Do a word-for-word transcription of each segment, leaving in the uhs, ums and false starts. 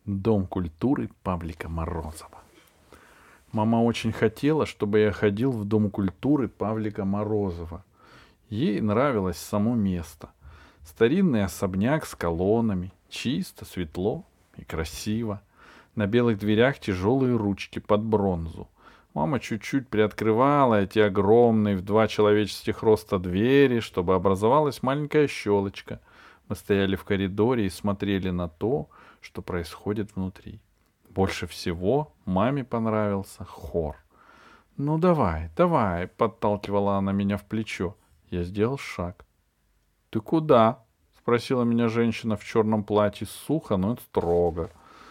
Дом культуры Павлика Морозова. Мама очень хотела, чтобы я ходил в Дом культуры Павлика Морозова. Ей нравилось само место. Старинный особняк с колоннами, чисто, светло и красиво. На белых дверях тяжелые ручки под бронзу. Мама чуть-чуть приоткрывала эти огромные в два человеческих роста двери, чтобы образовалась маленькая щелочка. Мы стояли в коридоре и смотрели на то, что происходит внутри. Больше всего маме понравился хор. «Ну давай, давай», — подталкивала она меня в плечо. Я сделал шаг. «Ты куда?» — спросила меня женщина в черном платье, сухо, но строго.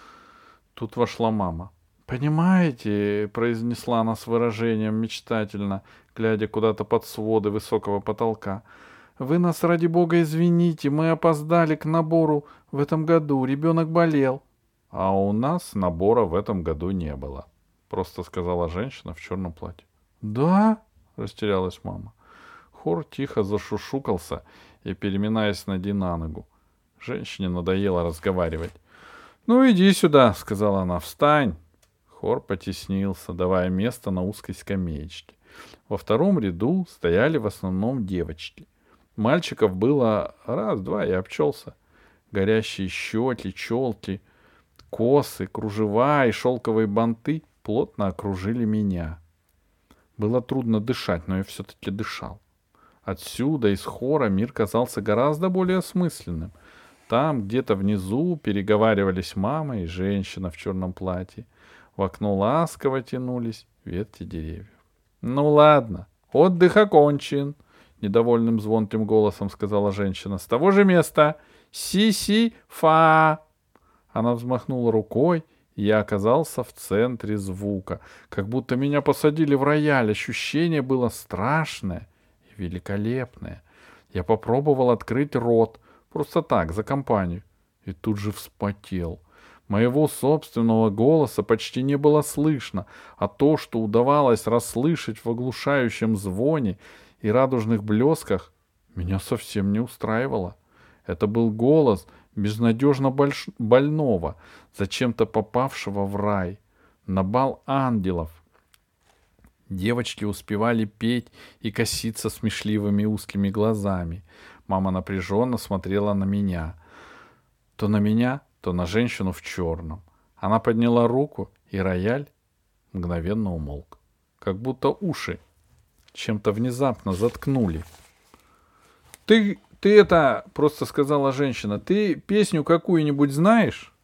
Тут вошла мама. «Понимаете», — произнесла она с выражением мечтательно, глядя куда-то под своды высокого потолка, «вы нас, ради бога, извините, мы опоздали к набору в этом году, ребенок болел». «А у нас набора в этом году не было», — просто сказала женщина в черном платье. «Да?» — растерялась мама. Хор тихо зашушукался и, переминаясь с ноги на ногу. Женщине надоело разговаривать. «Ну, иди сюда», — сказала она, — «встань». Хор потеснился, давая место на узкой скамеечке. Во втором ряду стояли в основном девочки. Мальчиков было раз-два и обчелся. Горящие щеки, челки, косы, кружева и шелковые банты плотно окружили меня. Было трудно дышать, но я все-таки дышал. Отсюда, из хора, мир казался гораздо более осмысленным. Там, где-то внизу, переговаривались мама и женщина в черном платье. В окно ласково тянулись ветки деревьев. «Ну ладно, отдых окончен», — недовольным звонким голосом сказала женщина. «С того же места. Си-си-фа». Она взмахнула рукой, и я оказался в центре звука. Как будто меня посадили в рояль. Ощущение было страшное и великолепное. Я попробовал открыть рот, просто так, за компанию, и тут же вспотел. Моего собственного голоса почти не было слышно, а то, что удавалось расслышать в оглушающем звоне и радужных блесках, меня совсем не устраивало. Это был голос безнадежно больш... больного, зачем-то попавшего в рай, на бал ангелов. Девочки успевали петь и коситься смешливыми узкими глазами. Мама напряженно смотрела на меня. То на меня, то на женщину в черном. Она подняла руку, и рояль мгновенно умолк. Как будто уши чем-то внезапно заткнули. «Ты, ты это...» — просто сказала женщина. «Ты песню какую-нибудь знаешь?»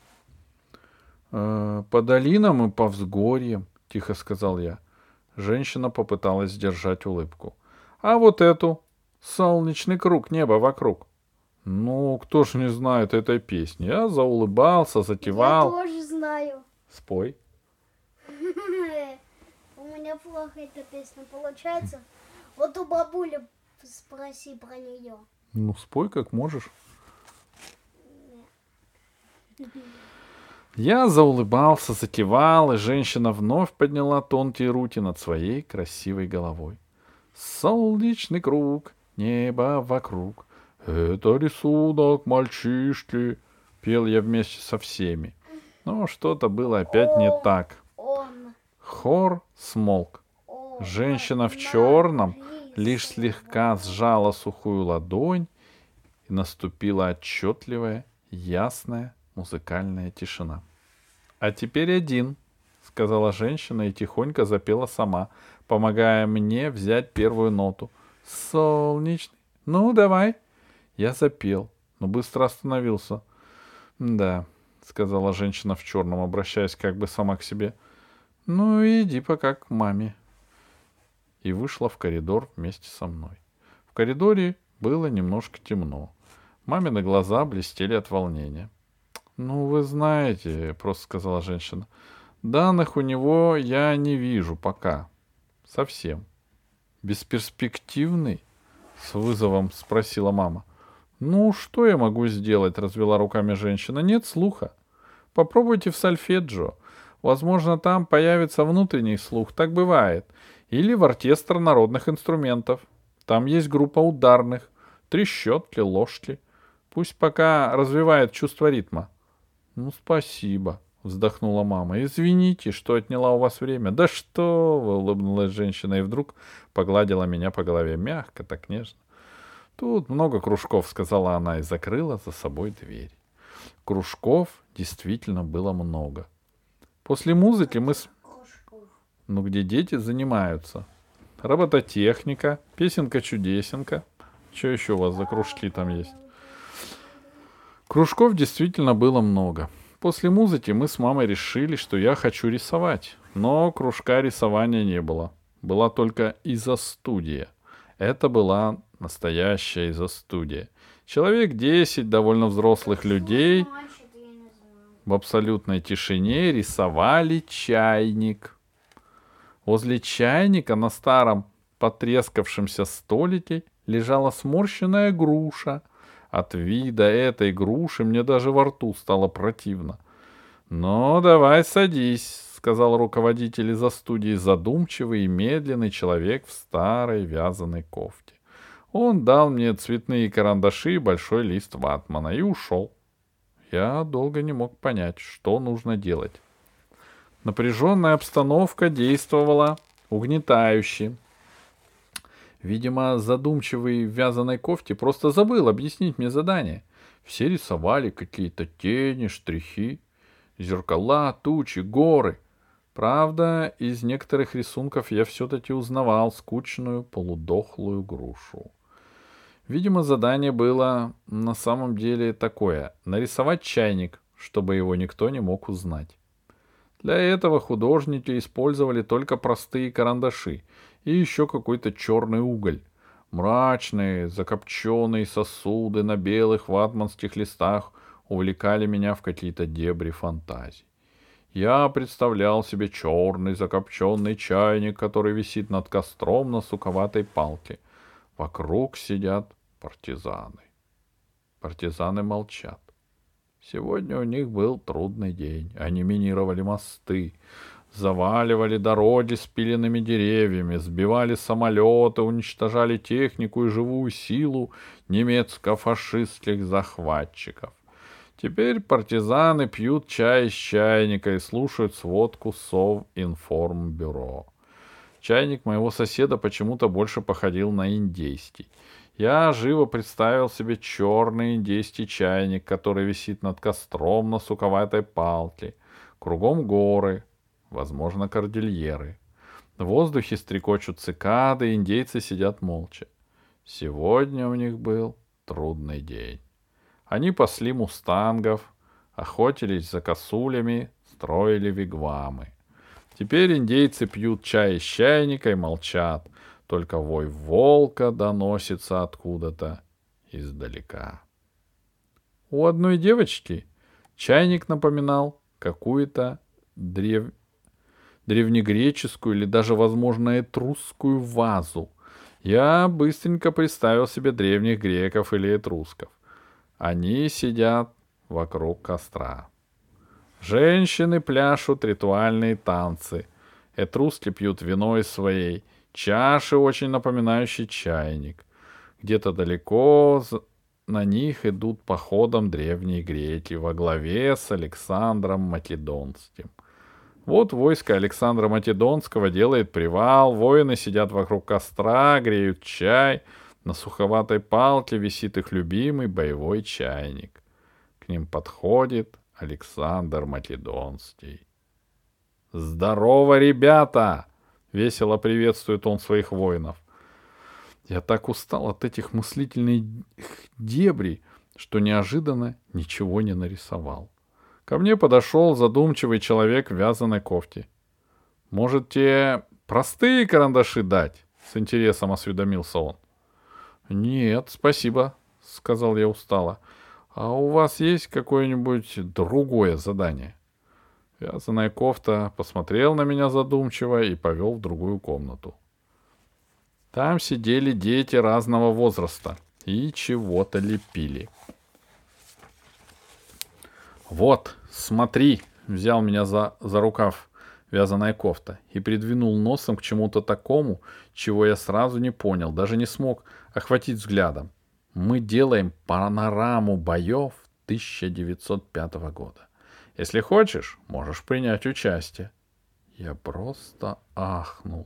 «Э, «По долинам и по взгорьям», — тихо сказал я. Женщина попыталась сдержать улыбку. «А вот эту? Солнечный круг, небо вокруг». «Ну, кто ж не знает этой песни?» Я заулыбался, затевал. Я тоже знаю. «Спой». У меня плохо эта песня получается. Вот у бабули спроси про нее. Ну, спой как можешь. Я заулыбался, затевал, и женщина вновь подняла тонкие руки над своей красивой головой. «Солнечный круг, небо вокруг. Это рисунок мальчишки», — пел я вместе со всеми. Но что-то было опять не так. Он, Хор смолк. он, Женщина в на, черном рис, лишь слегка сжала сухую ладонь, и наступила отчетливая, ясная музыкальная тишина. «А теперь один», — сказала женщина и тихонько запела сама, помогая мне взять первую ноту. «Солнечный. Ну, давай». Я запел, но быстро остановился. «Да», — сказала женщина в черном, обращаясь как бы сама к себе. «Ну, иди пока к маме». И вышла в коридор вместе со мной. В коридоре было немножко темно. Мамины глаза блестели от волнения. «Ну, вы знаете», — просто сказала женщина, — «данных у него я не вижу пока. Совсем». «Бесперспективный?» — с вызовом спросила мама. «Ну, что я могу сделать?» — развела руками женщина. «Нет слуха. Попробуйте в сольфеджио. Возможно, там появится внутренний слух. Так бывает. Или в оркестр народных инструментов. Там есть группа ударных. Трещотки, ложки. Пусть пока развивает чувство ритма». Ну, спасибо, вздохнула мама. Извините, что отняла у вас время. Да что вы, улыбнулась женщина и вдруг погладила меня по голове мягко, так нежно. Тут много кружков, сказала она и закрыла за собой дверь. Кружков действительно было много. После музыки мы... С... Кружков. Ну, где дети занимаются. Робототехника, песенка-чудесенка. Что еще у вас за кружки там есть? Кружков действительно было много. После музыки мы с мамой решили, что я хочу рисовать. Но кружка рисования не было. Была только изо-студия. Это была настоящая изо-студия. Человек десять довольно взрослых людей Значит, я не знаю. в абсолютной тишине рисовали чайник. Возле чайника на старом потрескавшемся столике лежала сморщенная груша. От вида этой груши мне даже во рту стало противно. «Ну, давай садись», — сказал руководитель из-за студии, задумчивый и медленный человек в старой вязаной кофте. Он дал мне цветные карандаши и большой лист ватмана и ушел. Я долго не мог понять, что нужно делать. Напряженная обстановка действовала угнетающе. Видимо, задумчивый в вязаной кофте просто забыл объяснить мне задание. Все рисовали какие-то тени, штрихи, зеркала, тучи, горы. Правда, из некоторых рисунков я все-таки узнавал скучную полудохлую грушу. Видимо, задание было на самом деле такое — нарисовать чайник, чтобы его никто не мог узнать. Для этого художники использовали только простые карандаши и еще какой-то черный уголь. Мрачные, закопченные сосуды на белых ватманских листах увлекали меня в какие-то дебри фантазий. Я представлял себе черный закопченный чайник, который висит над костром на суковатой палке. Вокруг сидят партизаны. Партизаны молчат. Сегодня у них был трудный день. Они минировали мосты, заваливали дороги спиленными деревьями, сбивали самолеты, уничтожали технику и живую силу немецко-фашистских захватчиков. Теперь партизаны пьют чай из чайника и слушают сводку Совинформбюро. Чайник моего соседа почему-то больше походил на индейский. Я живо представил себе черный индейский чайник, который висит над костром на суковатой палке. Кругом горы, возможно, кордильеры. В воздухе стрекочут цикады, индейцы сидят молча. Сегодня у них был трудный день. Они пасли мустангов, охотились за косулями, строили вигвамы. Теперь индейцы пьют чай из чайника и молчат. Только вой волка доносится откуда-то издалека. У одной девочки чайник напоминал какую-то древ... древнегреческую или даже, возможно, этрусскую вазу. Я быстренько представил себе древних греков или этрусков. Они сидят вокруг костра. Женщины пляшут ритуальные танцы. Этруски пьют вино из своей чаши, очень напоминающей чайник. Где-то далеко на них идут походом древние греки во главе с Александром Македонским. Вот войско Александра Македонского делает привал, воины сидят вокруг костра, греют чай. На суховатой палке висит их любимый боевой чайник. К ним подходит Александр Македонский. «Здорово, ребята!» — весело приветствует он своих воинов. Я так устал от этих мыслительных дебрей, что неожиданно ничего не нарисовал. Ко мне подошел задумчивый человек в вязаной кофте. «Может, тебе простые карандаши дать?» — с интересом осведомился он. «Нет, спасибо», — сказал я устало. «А у вас есть какое-нибудь другое задание?» Вязаная кофта посмотрел на меня задумчиво и повел в другую комнату. Там сидели дети разного возраста и чего-то лепили. «Вот, смотри», — взял меня за, за рукав вязаная кофта и придвинул носом к чему-то такому, чего я сразу не понял, даже не смог охватить взглядом. «Мы делаем панораму боев тысяча девятьсот пятого года. Если хочешь, можешь принять участие. Я просто ахнул.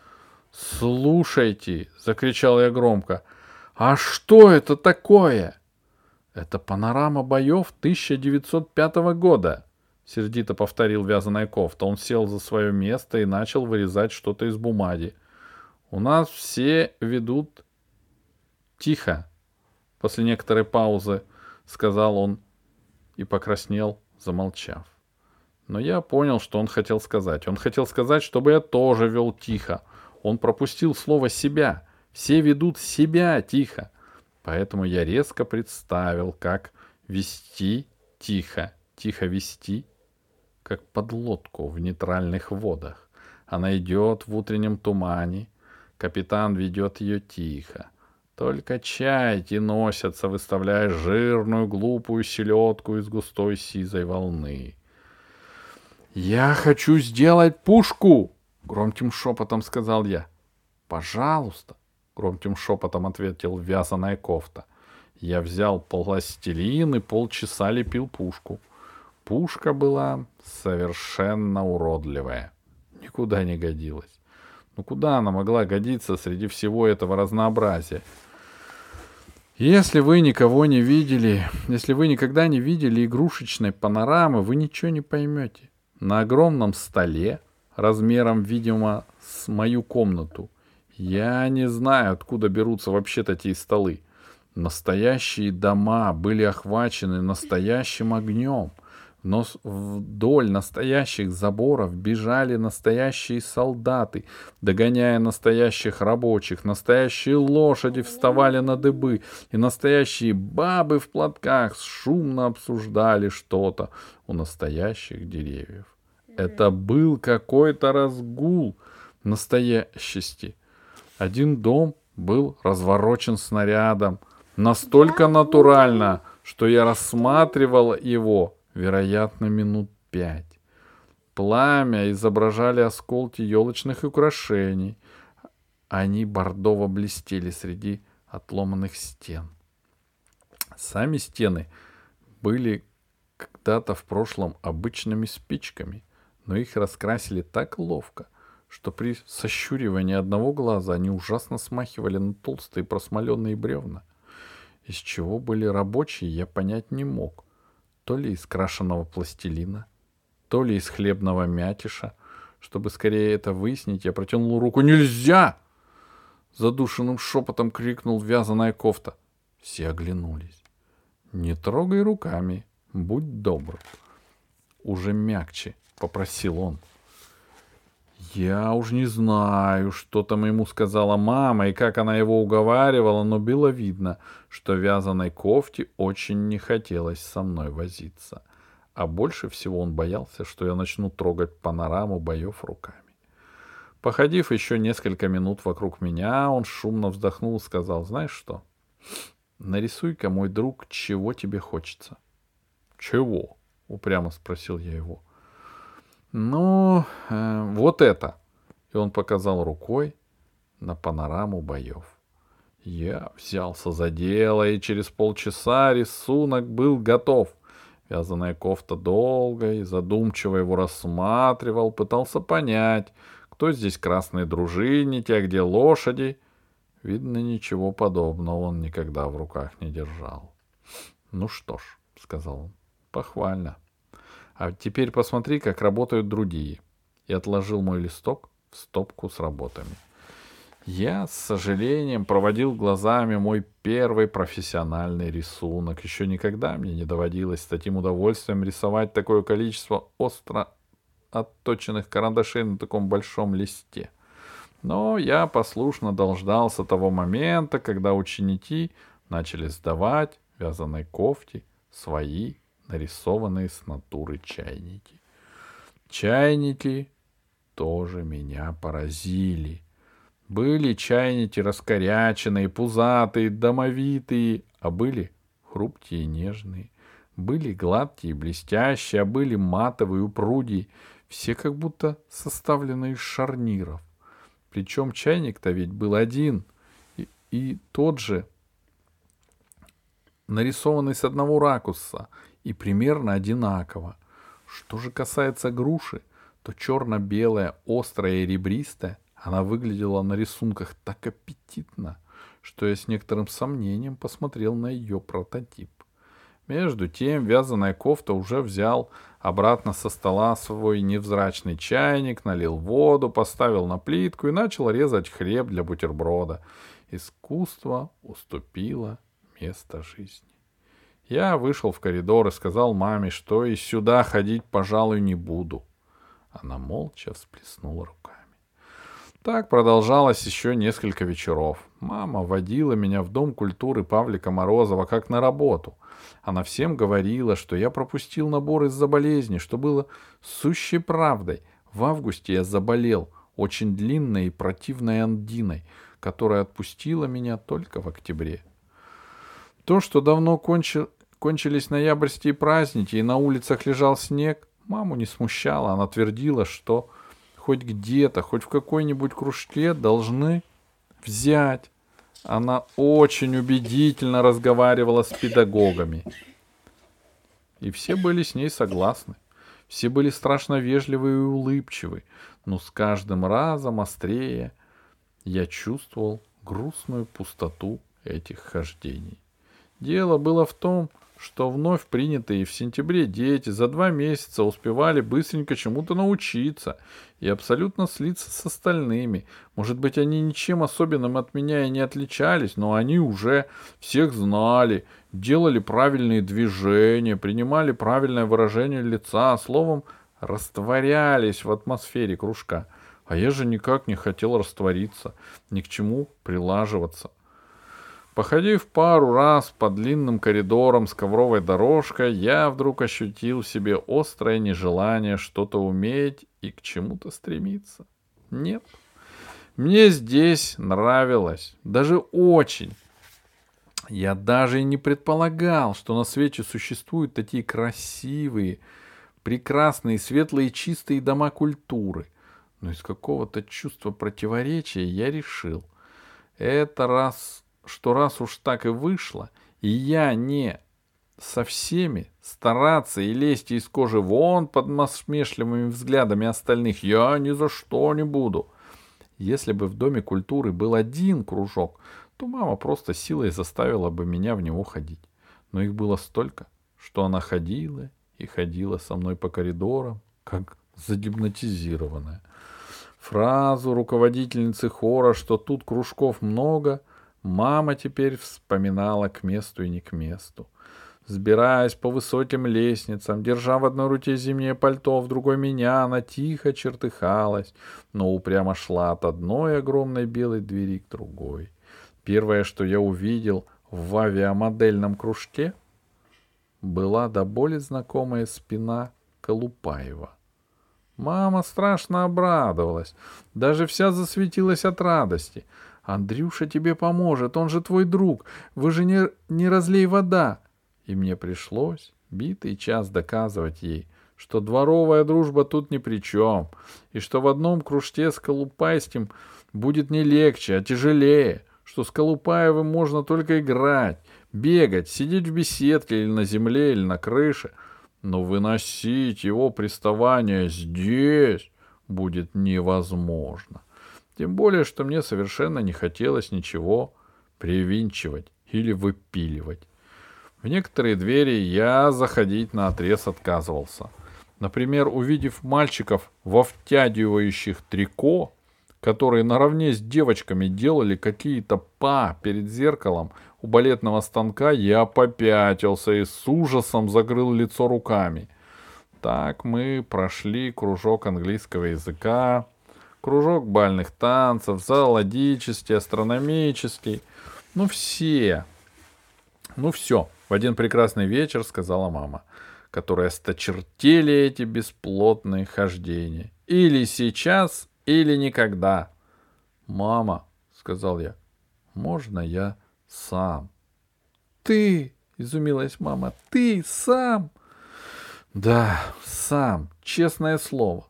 «Слушайте!» — закричал я громко. «А что это такое?» «Это панорама боев тысяча девятьсот пятого года», — сердито повторил вязаная кофта. Он сел за свое место и начал вырезать что-то из бумаги. «У нас все ведут тихо», — после некоторой паузы сказал он и покраснел, замолчав. Но я понял, что он хотел сказать. Он хотел сказать, чтобы я тоже вел тихо. Он пропустил слово «себя». Все ведут себя тихо. Поэтому я резко представил, как вести тихо, тихо вести, как подлодку в нейтральных водах. Она идет в утреннем тумане. Капитан ведет ее тихо. Только чайки носятся, выставляя жирную глупую селедку из густой сизой волны. «Я хочу сделать пушку!» — громким шепотом сказал я. «Пожалуйста!» — громким шепотом ответил вязаная кофта. Я взял пластилин и полчаса лепил пушку. Пушка была совершенно уродливая. Никуда не годилась. Ну куда она могла годиться среди всего этого разнообразия? Если вы никого не видели, если вы никогда не видели игрушечной панорамы, вы ничего не поймете. На огромном столе, размером, видимо, с мою комнату, я не знаю, откуда берутся вообще такие столы. Настоящие дома были охвачены настоящим огнем, но вдоль настоящих заборов бежали настоящие солдаты, догоняя настоящих рабочих, настоящие лошади вставали на дыбы, и настоящие бабы в платках шумно обсуждали что-то у настоящих деревьев. Это был какой-то разгул настоящести. Один дом был разворочен снарядом настолько натурально, что я рассматривал его, вероятно, минут пять. Пламя изображали осколки елочных украшений. Они бордово блестели среди отломанных стен. Сами стены были когда-то в прошлом обычными спичками, но их раскрасили так ловко, что при сощуривании одного глаза они ужасно смахивали на толстые просмоленные бревна. Из чего были рабочие, я понять не мог. То ли из крашеного пластилина, то ли из хлебного мякиша. Чтобы скорее это выяснить, я протянул руку. «Нельзя!» Задушенным шепотом крикнул вязаная кофта. Все оглянулись. «Не трогай руками, будь добр». Уже мягче попросил он. Я уж не знаю, что там ему сказала мама и как она его уговаривала, но было видно, что вязаной кофте очень не хотелось со мной возиться. А больше всего он боялся, что я начну трогать панораму боев руками. Походив еще несколько минут вокруг меня, он шумно вздохнул и сказал: «Знаешь что? Нарисуй-ка, мой друг, чего тебе хочется». «Чего?» — упрямо спросил я его. «Ну, э, вот это». И он показал рукой на панораму боев. Я взялся за дело, и через полчаса рисунок был готов. Вязаная кофта долго и задумчиво его рассматривал, пытался понять, кто здесь красные дружинники, а где лошади. Видно, ничего подобного он никогда в руках не держал. «Ну что ж», — сказал он, — «похвально. А теперь посмотри, как работают другие». И отложил мой листок в стопку с работами. Я с сожалением проводил глазами мой первый профессиональный рисунок. Еще никогда мне не доводилось с таким удовольствием рисовать такое количество остро отточенных карандашей на таком большом листе. Но я послушно дождался того момента, когда ученики начали сдавать вязаной кофте свои нарисованные с натуры чайники. Чайники тоже меня поразили. Были чайники раскоряченные, пузатые, домовитые, а были хрупкие и нежные. Были гладкие и блестящие, а были матовые, упругие, все как будто составлены из шарниров. Причем чайник-то ведь был один, и, и тот же, нарисованный с одного ракурса, и примерно одинаково. Что же касается груши, то черно-белая, острая и ребристая, она выглядела на рисунках так аппетитно, что я с некоторым сомнением посмотрел на ее прототип. Между тем вязаная кофта уже взял обратно со стола свой невзрачный чайник, налил воду, поставил на плитку и начал резать хлеб для бутерброда. Искусство уступило место жизни. Я вышел в коридор и сказал маме, что и сюда ходить, пожалуй, не буду. Она молча всплеснула руками. Так продолжалось еще несколько вечеров. Мама водила меня в Дом культуры Павлика Морозова как на работу. Она всем говорила, что я пропустил набор из-за болезни, что было сущей правдой. В августе я заболел очень длинной и противной ангиной, которая отпустила меня только в октябре. То, что давно кончи... кончились ноябрьские праздники и на улицах лежал снег, маму не смущало. Она твердила, что хоть где-то, хоть в какой-нибудь кружке должны взять. Она очень убедительно разговаривала с педагогами. И все были с ней согласны. Все были страшно вежливы и улыбчивы, но с каждым разом острее я чувствовал грустную пустоту этих хождений. Дело было в том, что вновь принятые в сентябре дети за два месяца успевали быстренько чему-то научиться и абсолютно слиться с остальными. Может быть, они ничем особенным от меня и не отличались, но они уже всех знали, делали правильные движения, принимали правильное выражение лица, словом, растворялись в атмосфере кружка. А я же никак не хотел раствориться, ни к чему прилаживаться. Походив пару раз по длинным коридорам с ковровой дорожкой, я вдруг ощутил в себе острое нежелание что-то уметь и к чему-то стремиться. Нет, мне здесь нравилось, даже очень. Я даже и не предполагал, что на свете существуют такие красивые, прекрасные, светлые, чистые дома культуры. Но из какого-то чувства противоречия я решил, это раз... что раз уж так и вышло, и я не со всеми стараться и лезть из кожи вон под насмешливыми взглядами остальных я ни за что не буду. Если бы в Доме культуры был один кружок, то мама просто силой заставила бы меня в него ходить. Но их было столько, что она ходила и ходила со мной по коридорам, как загипнотизированная. Фразу руководительницы хора, что тут кружков много, мама теперь вспоминала к месту и не к месту. Сбираясь по высоким лестницам, держа в одной руке зимнее пальто, в другой меня, она тихо чертыхалась, но упрямо шла от одной огромной белой двери к другой. Первое, что я увидел в авиамодельном кружке, была до боли знакомая спина Колупаева. Мама страшно обрадовалась, даже вся засветилась от радости. «Андрюша тебе поможет, он же твой друг, вы же не, не разлей вода». И мне пришлось битый час доказывать ей, что дворовая дружба тут ни при чем, и что в одном кружке с Колупайским будет не легче, а тяжелее, что с Колупаевым можно только играть, бегать, сидеть в беседке или на земле, или на крыше, но выносить его приставания здесь будет невозможно. Тем более, что мне совершенно не хотелось ничего привинчивать или выпиливать. В некоторые двери я заходить наотрез отказывался. Например, увидев мальчиков во втягивающих трико, которые наравне с девочками делали какие-то па перед зеркалом у балетного станка, я попятился и с ужасом закрыл лицо руками. Так мы прошли кружок английского языка, кружок бальных танцев, зоологический, астрономический. Ну все. Ну все. В один прекрасный вечер сказала мама, которая осточертели эти бесплотные хождения. Или сейчас, или никогда. «Мама», — сказал я, — «можно я сам?» «Ты», — изумилась мама, — «ты сам?» «Да, сам, честное слово».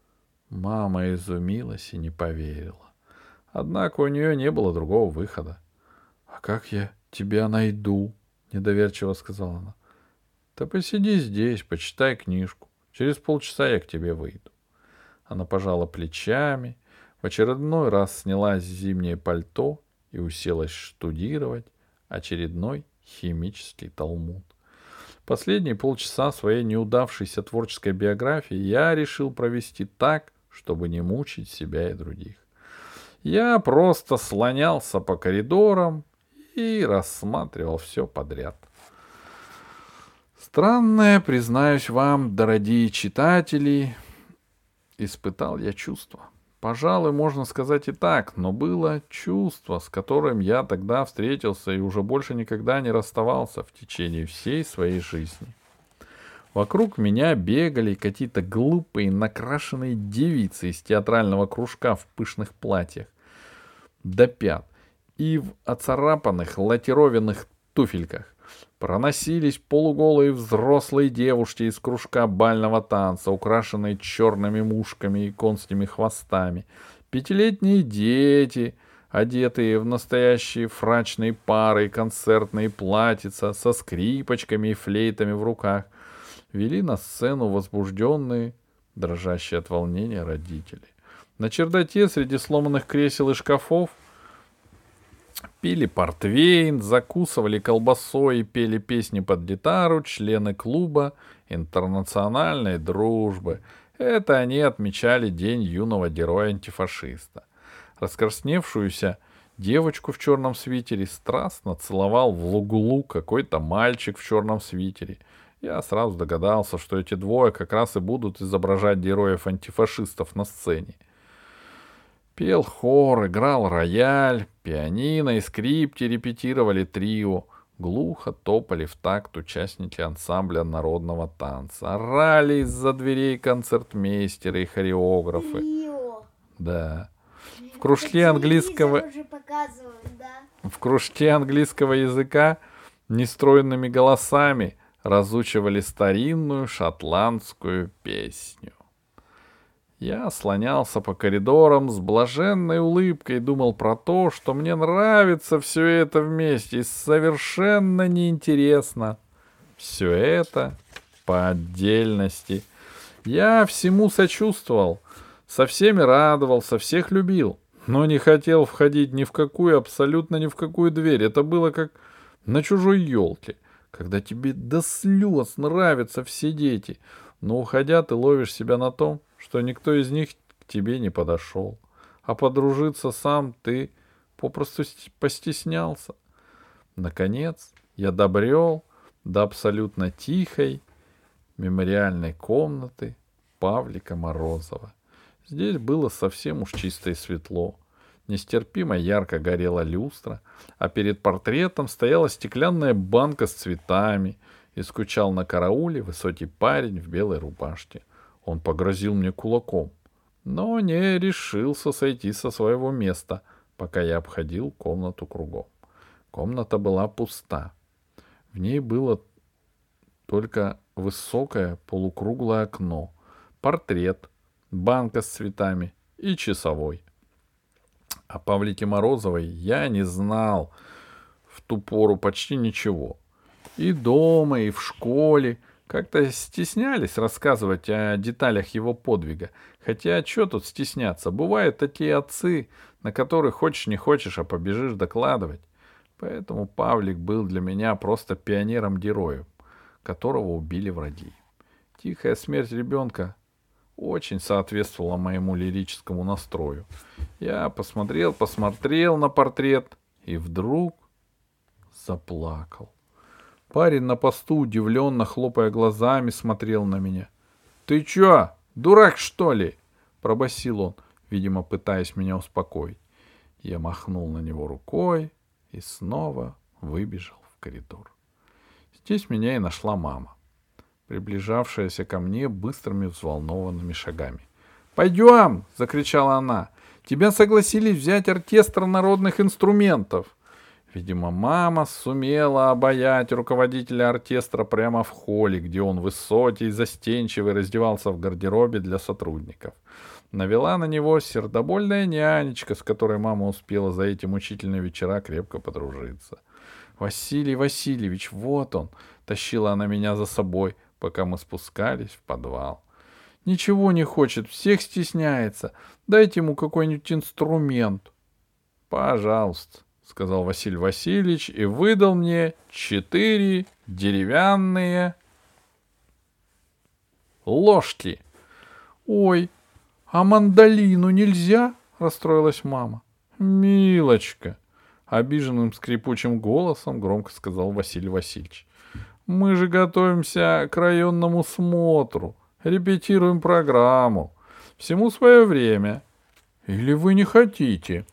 Мама изумилась и не поверила. Однако у нее не было другого выхода. «А как я тебя найду?» — недоверчиво сказала она. «Да посиди здесь, почитай книжку. Через полчаса я к тебе выйду. Она пожала плечами, в очередной раз сняла зимнее пальто и уселась штудировать очередной химический талмуд. Последние полчаса своей неудавшейся творческой биографии я решил провести так, чтобы не мучить себя и других. Я просто слонялся по коридорам и рассматривал все подряд. Странное, признаюсь вам, дорогие читатели, испытал я чувство. Пожалуй, можно сказать и так, но было чувство, с которым я тогда встретился и уже больше никогда не расставался в течение всей своей жизни. Вокруг меня бегали какие-то глупые накрашенные девицы из театрального кружка в пышных платьях до пят и в оцарапанных лакированных туфельках. Проносились полуголые взрослые девушки из кружка бального танца, украшенные черными мушками и конскими хвостами. Пятилетние дети, одетые в настоящие фрачные пары и концертные платьица со скрипочками и флейтами в руках, вели на сцену возбужденные, дрожащие от волнения родители. На чердаке среди сломанных кресел и шкафов пили портвейн, закусывали колбасой и пели песни под гитару члены клуба интернациональной дружбы. Это они отмечали День юного героя-антифашиста. Раскрасневшуюся девочку в черном свитере страстно целовал в углу какой-то мальчик в черном свитере. Я сразу догадался, что эти двое как раз и будут изображать героев-антифашистов на сцене. Пел хор, играл рояль, пианино и скрипки репетировали трио. Глухо топали в такт участники ансамбля народного танца. Орали из-за дверей концертмейстеры и хореографы. Трио. Да. В кружке английского... Да? В кружке английского языка нестройными голосами разучивали старинную шотландскую песню. Я слонялся по коридорам с блаженной улыбкой и думал про то, что мне нравится все это вместе и совершенно неинтересно все это по отдельности. Я всему сочувствовал, со всеми радовался, всех любил, но не хотел входить ни в какую, абсолютно ни в какую дверь. Это было как на чужой елке, когда тебе до слез нравятся все дети, но уходя ты ловишь себя на том, что никто из них к тебе не подошел, а подружиться сам ты попросту постеснялся. Наконец я добрел до абсолютно тихой мемориальной комнаты Павлика Морозова. Здесь было совсем уж чисто и светло. Нестерпимо ярко горела люстра, а перед портретом стояла стеклянная банка с цветами, и скучал на карауле высокий парень в белой рубашке. Он погрозил мне кулаком, но не решился сойти со своего места, пока я обходил комнату кругом. Комната была пуста. В ней было только высокое полукруглое окно, портрет, банка с цветами и часовой. О Павлике Морозовой я не знал в ту пору почти ничего. И дома, и в школе как-то стеснялись рассказывать о деталях его подвига. Хотя что тут стесняться? Бывают такие отцы, на которых хочешь не хочешь, а побежишь докладывать. Поэтому Павлик был для меня просто пионером-героем, которого убили враги. Тихая смерть ребенка очень соответствовала моему лирическому настрою. Я посмотрел, посмотрел на портрет и вдруг заплакал. Парень на посту, удивленно хлопая глазами, смотрел на меня. — Ты чё, дурак, что ли? — пробасил он, видимо, пытаясь меня успокоить. Я махнул на него рукой и снова выбежал в коридор. Здесь меня и нашла мама, приближавшаяся ко мне быстрыми взволнованными шагами. — Пойдем! — закричала она. — Тебя согласились взять оркестр народных инструментов. Видимо, мама сумела обаять руководителя оркестра прямо в холле, где он высокий и застенчивый раздевался в гардеробе для сотрудников. Навела на него сердобольная нянечка, с которой мама успела за эти мучительные вечера крепко подружиться. — Василий Васильевич, вот он! — тащила она меня за собой, пока мы спускались в подвал. Ничего не хочет, всех стесняется. Дайте ему какой-нибудь инструмент. Пожалуйста, сказал Василий Васильевич и выдал мне четыре деревянные ложки. Ой, а мандолину нельзя? Расстроилась мама. Милочка, обиженным скрипучим голосом громко сказал Василий Васильевич. Мы же готовимся к районному смотру, репетируем программу. Всему свое время. Или вы не хотите?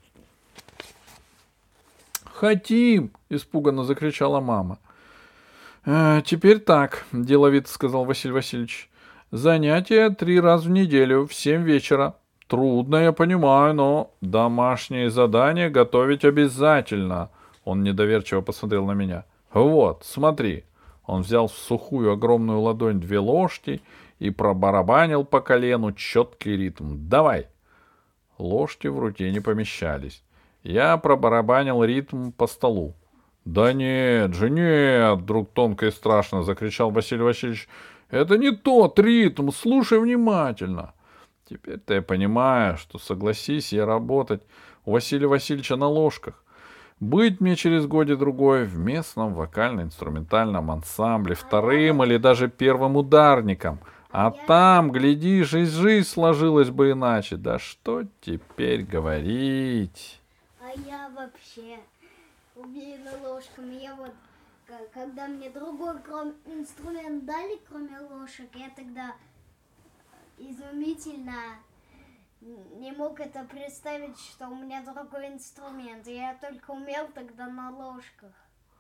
Хотим, испуганно закричала мама. «Э, теперь так, деловито сказал Василий Васильевич. Занятия три раза в неделю, в семь вечера. Трудно, я понимаю, но домашние задания готовить обязательно. Он недоверчиво посмотрел на меня. Вот, смотри. Он взял в сухую огромную ладонь две ложки и пробарабанил по колену четкий ритм. Давай. Ложки в руке не помещались. Я пробарабанил ритм по столу. Да нет же, нет, вдруг тонко и страшно закричал Василий Васильевич. Это не тот ритм, слушай внимательно. Теперь-то я понимаю, что согласись я работать у Василия Васильевича на ложках. Быть мне через годик-другой в местном вокально-инструментальном ансамбле вторым или даже первым ударником. А там, глядишь, и жизнь сложилась бы иначе. Да что теперь говорить? А я вообще умею ложками. Я вот, когда мне другой кроме, инструмент дали, кроме ложек, я тогда изумительно не мог это представить, что у меня другой инструмент. Я только умел тогда на ложках.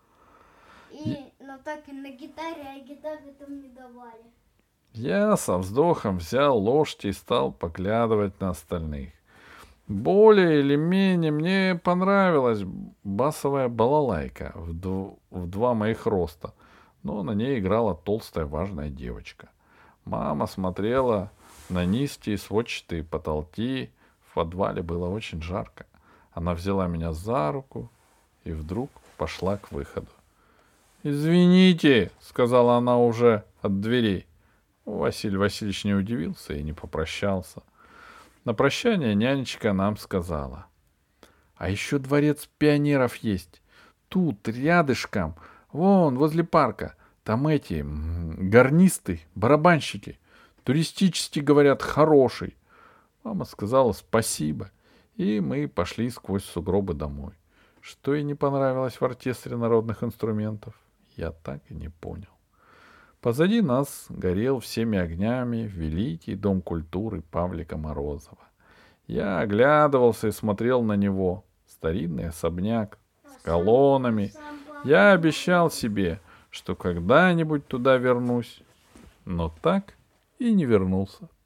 И, но так и на гитаре, а гитары там не давали. Я со вздохом взял ложки и стал поглядывать на остальных. Более или менее мне понравилась басовая балалайка в, д- в два моих роста, но на ней играла толстая важная девочка. Мама смотрела на низкие сводчатые потолки. В подвале было очень жарко. Она взяла меня за руку и вдруг пошла к выходу. «Извините», — сказала она уже от дверей. Василий Васильевич не удивился и не попрощался. На прощание нянечка нам сказала. А еще дворец пионеров есть. Тут, рядышком, вон, возле парка. Там эти гарнисты, барабанщики. Туристический, говорят, хороший. Мама сказала спасибо, и мы пошли сквозь сугробы домой. Что ей не понравилось в оркестре народных инструментов, я так и не понял. Позади нас горел всеми огнями великий дом культуры Павлика Морозова. Я оглядывался и смотрел на него. Старинный особняк с колоннами. Я обещал себе, что когда-нибудь туда вернусь, но так и не вернулся.